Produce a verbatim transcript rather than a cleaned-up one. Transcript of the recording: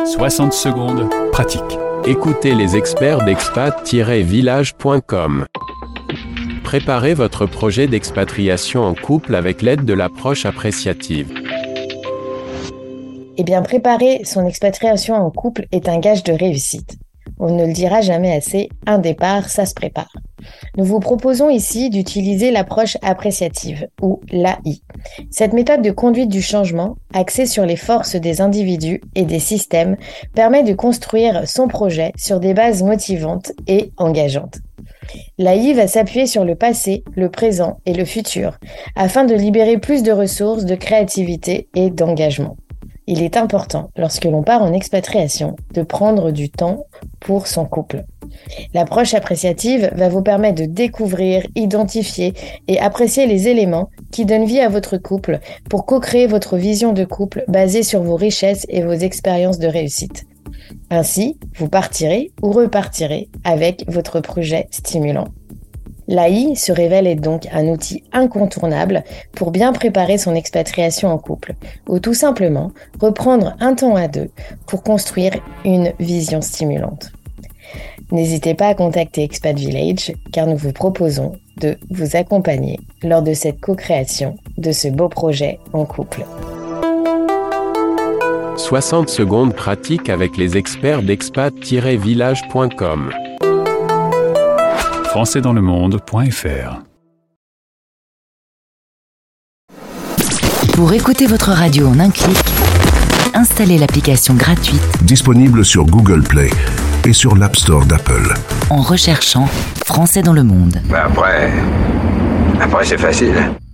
soixante secondes, pratique. Écoutez les experts d'expat tiret village point com. Préparez votre projet d'expatriation en couple avec l'aide de l'approche appréciative. Eh bien, préparer son expatriation en couple est un gage de réussite. On ne le dira jamais assez, un départ, ça se prépare. Nous vous proposons ici d'utiliser l'approche appréciative, ou l'A I. Cette méthode de conduite du changement, axée sur les forces des individus et des systèmes, permet de construire son projet sur des bases motivantes et engageantes. L'A I va s'appuyer sur le passé, le présent et le futur, afin de libérer plus de ressources, de créativité et d'engagement. Il est important, lorsque l'on part en expatriation, de prendre du temps pour son couple. L'approche appréciative va vous permettre de découvrir, identifier et apprécier les éléments qui donnent vie à votre couple pour co-créer votre vision de couple basée sur vos richesses et vos expériences de réussite. Ainsi, vous partirez ou repartirez avec votre projet stimulant. L'A I se révèle être donc un outil incontournable pour bien préparer son expatriation en couple, ou tout simplement reprendre un temps à deux pour construire une vision stimulante. N'hésitez pas à contacter Expat Village car nous vous proposons de vous accompagner lors de cette co-création de ce beau projet en couple. soixante secondes pratique avec les experts d'expat tiret village point com. français dans le monde point f r. Pour écouter votre radio en un clic, installez l'application gratuite disponible sur Google Play et sur l'App Store d'Apple. En recherchant Français dans le monde. Ben après, après c'est facile.